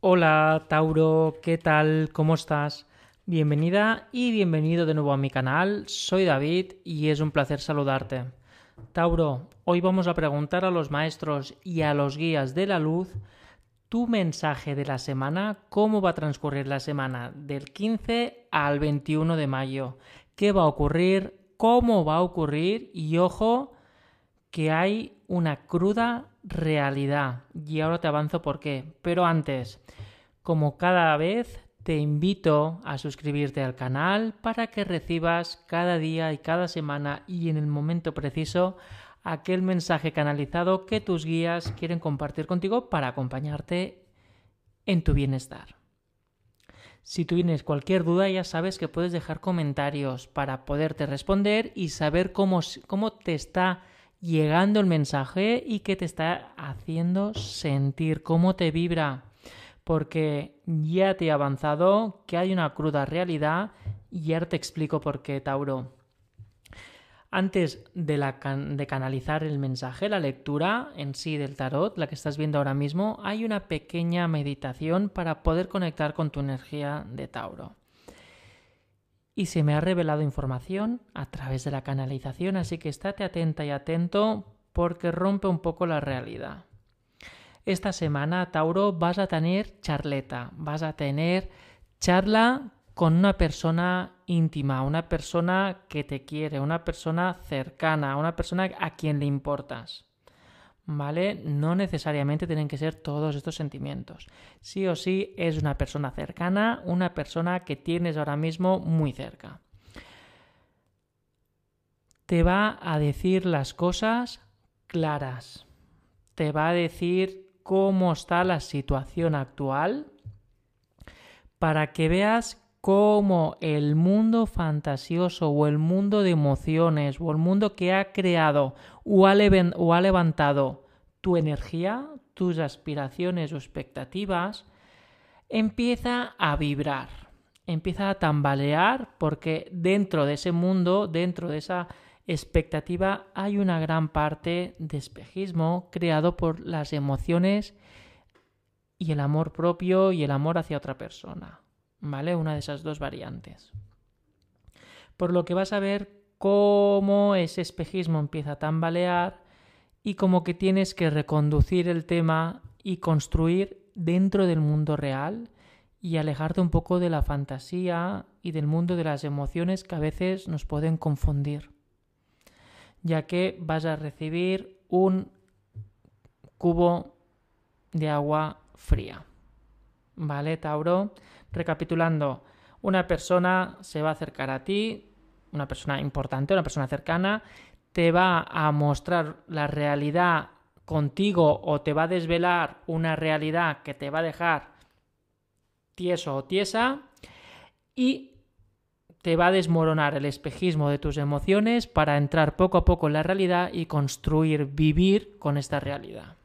Hola Tauro, ¿qué tal? ¿Cómo estás? Bienvenida y bienvenido de nuevo a mi canal. Soy David y es un placer saludarte. Tauro, hoy vamos a preguntar a los maestros y a los guías de la luz tu mensaje de la semana, cómo va a transcurrir la semana del 15 al 21 de mayo, qué va a ocurrir, cómo va a ocurrir y ojo que hay una cruda realidad y ahora te avanzo por qué. Pero antes, como cada vez, te invito a suscribirte al canal para que recibas cada día y cada semana y en el momento preciso aquel mensaje canalizado que tus guías quieren compartir contigo para acompañarte en tu bienestar. Si tú tienes cualquier duda, ya sabes que puedes dejar comentarios para poderte responder y saber cómo te está llegando el mensaje y qué te está haciendo sentir, cómo te vibra. Porque ya te he avanzado que hay una cruda realidad y ahora te explico por qué, Tauro. Antes de canalizar el mensaje, la lectura en sí del tarot, la que estás viendo ahora mismo, hay una pequeña meditación para poder conectar con tu energía de Tauro. Y se me ha revelado información a través de la canalización, así que estate atenta y atento porque rompe un poco la realidad. Esta semana, Tauro, vas a tener charleta, vas a tener charla con una persona íntima, una persona que te quiere, una persona cercana, una persona a quien le importas. ¿Vale? No necesariamente tienen que ser todos estos sentimientos. Sí o sí es una persona cercana, una persona que tienes ahora mismo muy cerca. Te va a decir las cosas claras. Te va a decir cómo está la situación actual para que veas cómo el mundo fantasioso o el mundo de emociones o el mundo que ha creado o ha levantado tu energía, tus aspiraciones o expectativas, empieza a vibrar, empieza a tambalear porque dentro de ese mundo, dentro de esa expectativa, hay una gran parte de espejismo creado por las emociones y el amor propio y el amor hacia otra persona. ¿Vale? Una de esas dos variantes. Por lo que vas a ver cómo ese espejismo empieza a tambalear y como que tienes que reconducir el tema y construir dentro del mundo real y alejarte un poco de la fantasía y del mundo de las emociones que a veces nos pueden confundir. Ya que vas a recibir un cubo de agua fría. ¿Vale, Tauro? Recapitulando, una persona se va a acercar a ti, una persona importante, una persona cercana, te va a mostrar la realidad contigo o te va a desvelar una realidad que te va a dejar tieso o tiesa y te va a desmoronar el espejismo de tus emociones para entrar poco a poco en la realidad y construir, vivir con esta realidad.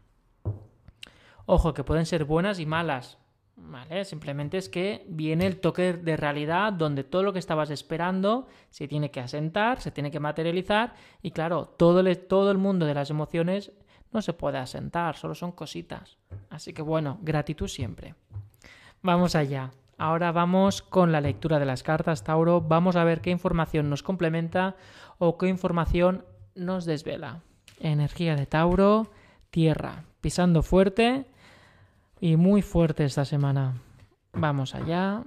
Ojo, que pueden ser buenas y malas. ¿Vale? Simplemente es que viene el toque de realidad donde todo lo que estabas esperando se tiene que asentar, se tiene que materializar y claro, todo el mundo de las emociones no se puede asentar, solo son cositas. Así que bueno, gratitud siempre. Vamos allá. Ahora vamos con la lectura de las cartas, Tauro. Vamos a ver qué información nos complementa o qué información nos desvela. Energía de Tauro, tierra, pisando fuerte. Y muy fuerte esta semana. Vamos allá.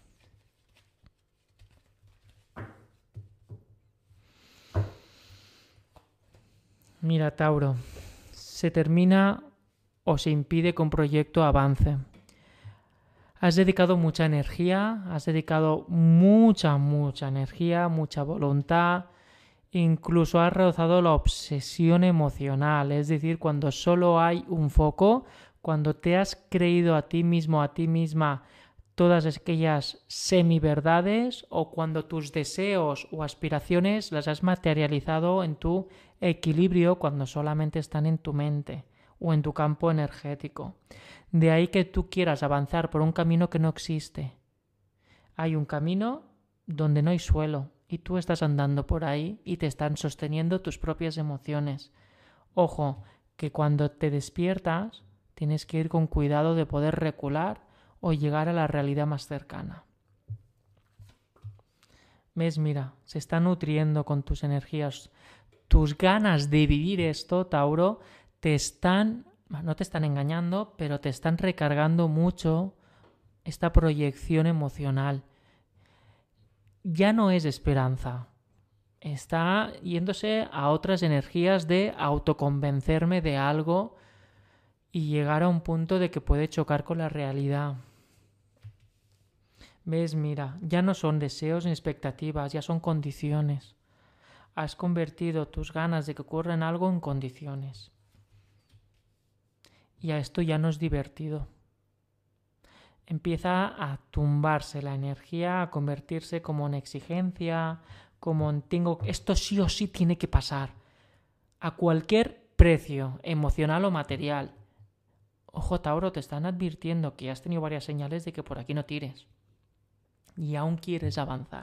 Mira, Tauro, se termina o se impide que un proyecto avance. Has dedicado mucha energía, has dedicado mucha energía, mucha voluntad, incluso has rozado la obsesión emocional, es decir, cuando solo hay un foco, cuando te has creído a ti mismo, a ti misma, todas aquellas semiverdades o cuando tus deseos o aspiraciones las has materializado en tu equilibrio cuando solamente están en tu mente o en tu campo energético. De ahí que tú quieras avanzar por un camino que no existe. Hay un camino donde no hay suelo y tú estás andando por ahí y te están sosteniendo tus propias emociones. Ojo, que cuando te despiertas tienes que ir con cuidado de poder recular o llegar a la realidad más cercana. ¿Ves? Mira, se está nutriendo con tus energías. Tus ganas de vivir esto, Tauro, no te están engañando, pero te están recargando mucho esta proyección emocional. Ya no es esperanza. Está yéndose a otras energías de autoconvencerme de algo y llegar a un punto de que puede chocar con la realidad. ¿Ves? Mira, ya no son deseos ni expectativas, ya son condiciones. Has convertido tus ganas de que ocurra algo en condiciones. Y a esto ya no es divertido. Empieza a tumbarse la energía, a convertirse como en exigencia, como en esto sí o sí tiene que pasar. A cualquier precio, emocional o material. Ojo, Tauro, te están advirtiendo que has tenido varias señales de que por aquí no tires. Y aún quieres avanzar.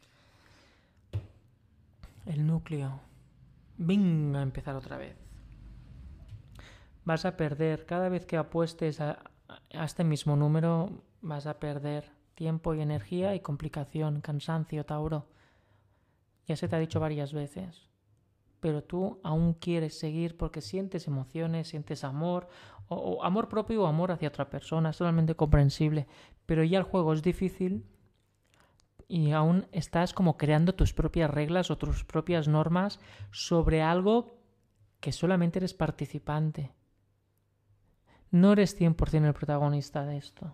El núcleo. Venga a empezar otra vez. Vas a perder, cada vez que apuestes a este mismo número, vas a perder tiempo y energía y complicación, cansancio, Tauro. Ya se te ha dicho varias veces. Pero tú aún quieres seguir porque sientes emociones, sientes amor, o amor propio o amor hacia otra persona, es totalmente comprensible. Pero ya el juego es difícil y aún estás como creando tus propias reglas o tus propias normas sobre algo que solamente eres participante. No eres 100% el protagonista de esto.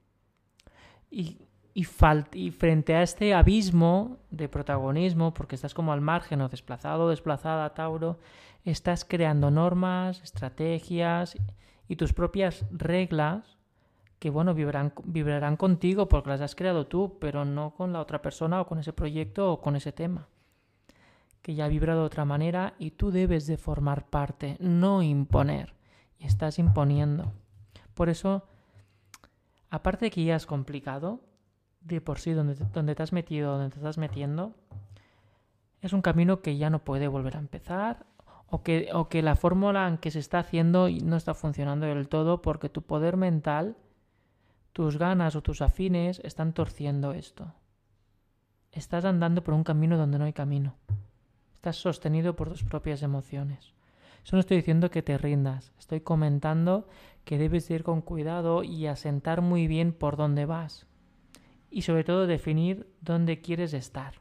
Y frente a este abismo de protagonismo, porque estás como al margen o desplazado o desplazada, Tauro, estás creando normas, estrategias y tus propias reglas que, bueno, vibrarán contigo porque las has creado tú, pero no con la otra persona o con ese proyecto o con ese tema, que ya vibra de otra manera y tú debes de formar parte, no imponer. Y estás imponiendo. Por eso, aparte de que ya es complicado, de por sí donde te has metido, donde te estás metiendo, es un camino que ya no puede volver a empezar o que la fórmula en que se está haciendo no está funcionando del todo porque tu poder mental, tus ganas o tus afines están torciendo esto. Estás andando por un camino donde no hay camino. Estás sostenido por tus propias emociones. Eso no estoy diciendo que te rindas. Estoy comentando que debes ir con cuidado y asentar muy bien por dónde vas. Y sobre todo definir dónde quieres estar.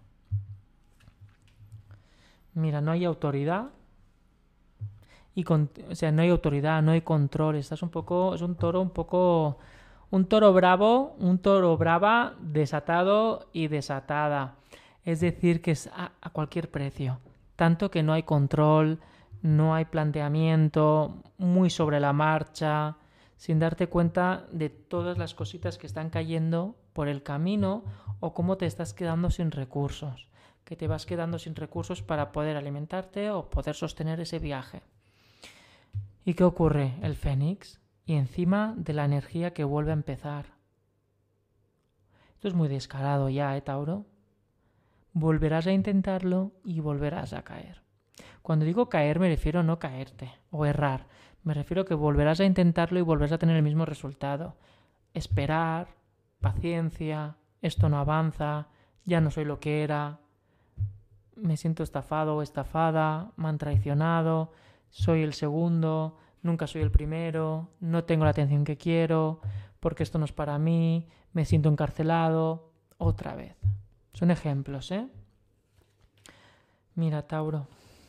Mira, no hay autoridad. No hay autoridad, no hay control. Es un toro bravo, un toro brava, desatado y desatada. Es decir, que es a cualquier precio. Tanto que no hay control, no hay planteamiento, muy sobre la marcha, sin darte cuenta de todas las cositas que están cayendo por el camino o cómo te estás quedando sin recursos, que te vas quedando sin recursos para poder alimentarte o poder sostener ese viaje. ¿Y qué ocurre? El Fénix y encima de la energía que vuelve a empezar. Esto es muy descarado ya, Tauro? Volverás a intentarlo y volverás a caer. Cuando digo caer me refiero a no caerte o errar. Me refiero a que volverás a intentarlo y volverás a tener el mismo resultado. Esperar, paciencia, esto no avanza, ya no soy lo que era, me siento estafado o estafada, me han traicionado, soy el segundo, nunca soy el primero, no tengo la atención que quiero, porque esto no es para mí, me siento encarcelado, otra vez. Son ejemplos, ¿eh? Mira, Tauro.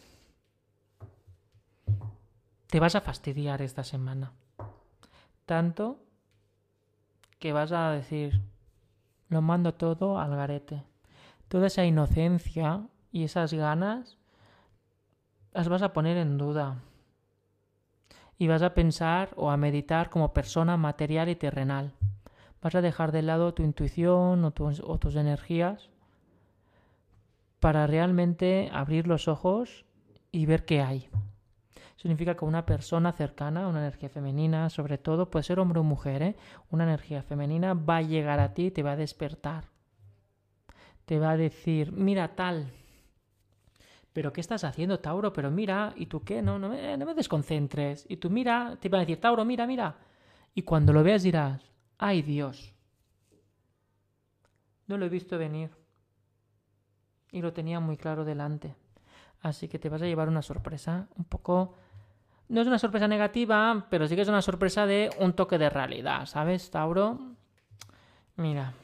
Te vas a fastidiar esta semana. Tanto que vas a decir, lo mando todo al garete. Toda esa inocencia y esas ganas las vas a poner en duda. Y vas a pensar o a meditar como persona material y terrenal. Vas a dejar de lado tu intuición o tus energías para realmente abrir los ojos y ver qué hay. Significa que una persona cercana, una energía femenina, sobre todo, puede ser hombre o mujer, una energía femenina va a llegar a ti y te va a despertar. Te va a decir, mira tal, pero ¿qué estás haciendo, Tauro? Pero mira, ¿y tú qué? No me desconcentres. Y tú mira, te va a decir, Tauro, mira. Y cuando lo veas dirás, ¡Ay, Dios! No lo he visto venir. Y lo tenía muy claro delante. Así que te vas a llevar una sorpresa un poco... No es una sorpresa negativa, pero sí que es una sorpresa de un toque de realidad, ¿sabes, Tauro? Mira.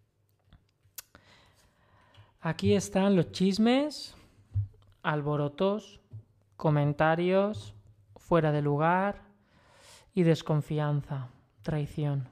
Aquí están los chismes, alborotos, comentarios, fuera de lugar y desconfianza, traición.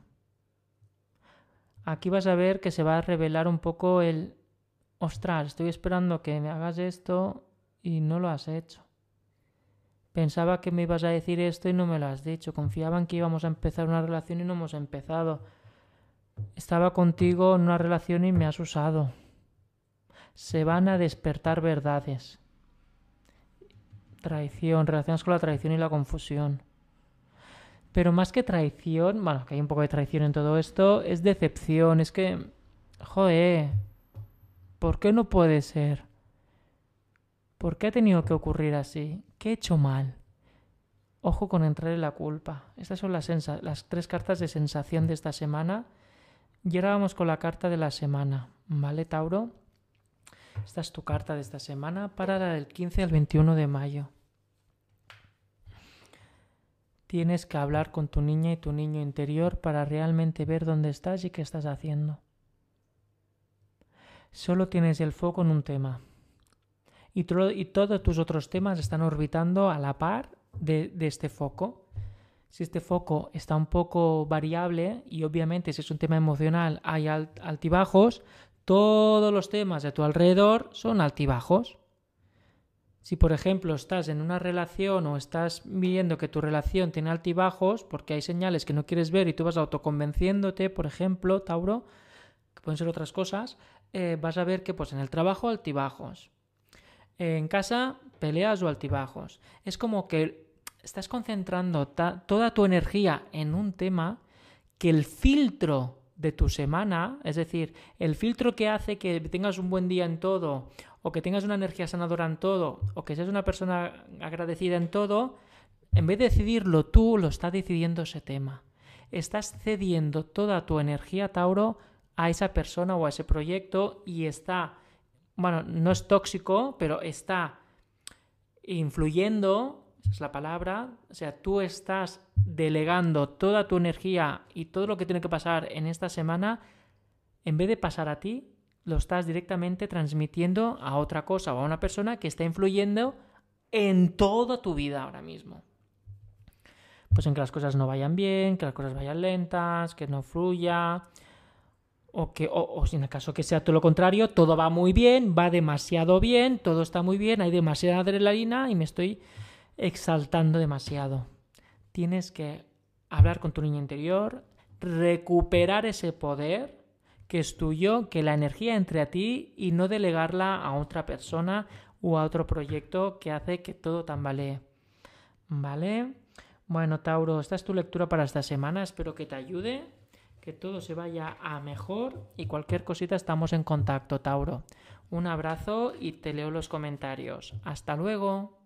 Aquí vas a ver que se va a revelar un poco el... Ostras, estoy esperando que me hagas esto y no lo has hecho. Pensaba que me ibas a decir esto y no me lo has dicho. Confiaba en que íbamos a empezar una relación y no hemos empezado. Estaba contigo en una relación y me has usado. Se van a despertar verdades. Traición, relaciones con la traición y la confusión. Pero más que traición, bueno, que hay un poco de traición en todo esto, es decepción. Es que, joder, ¿por qué no puede ser? ¿Por qué ha tenido que ocurrir así? ¿Qué he hecho mal? Ojo con entrar en la culpa. Estas son las 3 cartas de sensación de esta semana. Y ahora vamos con la carta de la semana. ¿Vale, Tauro? Esta es tu carta de esta semana para la del 15 al 21 de mayo. Tienes que hablar con tu niña y tu niño interior para realmente ver dónde estás y qué estás haciendo. Solo tienes el foco en un tema. Y todos tus otros temas están orbitando a la par de este foco. Si este foco está un poco variable, y obviamente si es un tema emocional hay altibajos, todos los temas de tu alrededor son altibajos. Si, por ejemplo, estás en una relación o estás viendo que tu relación tiene altibajos porque hay señales que no quieres ver y tú vas autoconvenciéndote, por ejemplo, Tauro, que pueden ser otras cosas, vas a ver que pues en el trabajo altibajos. En casa peleas o altibajos. Es como que estás concentrando toda tu energía en un tema que el filtro de tu semana, es decir, el filtro que hace que tengas un buen día en todo, o que tengas una energía sanadora en todo, o que seas una persona agradecida en todo, en vez de decidirlo tú, lo está decidiendo ese tema. Estás cediendo toda tu energía, Tauro, a esa persona o a ese proyecto y está, bueno, no es tóxico, pero está influyendo, esa es la palabra, o sea, tú estás delegando toda tu energía y todo lo que tiene que pasar en esta semana, en vez de pasar a ti, lo estás directamente transmitiendo a otra cosa o a una persona que está influyendo en toda tu vida ahora mismo. Pues en que las cosas no vayan bien, que las cosas vayan lentas, que no fluya, o si en el caso que sea todo lo contrario, todo va muy bien, va demasiado bien, todo está muy bien, hay demasiada adrenalina y me estoy exaltando demasiado. Tienes que hablar con tu niño interior, recuperar ese poder que es tuyo, que la energía entre a ti y no delegarla a otra persona o a otro proyecto que hace que todo tambalee. ¿Vale? Bueno, Tauro, esta es tu lectura para esta semana. Espero que te ayude, que todo se vaya a mejor y cualquier cosita estamos en contacto, Tauro. Un abrazo y te leo los comentarios. ¡Hasta luego!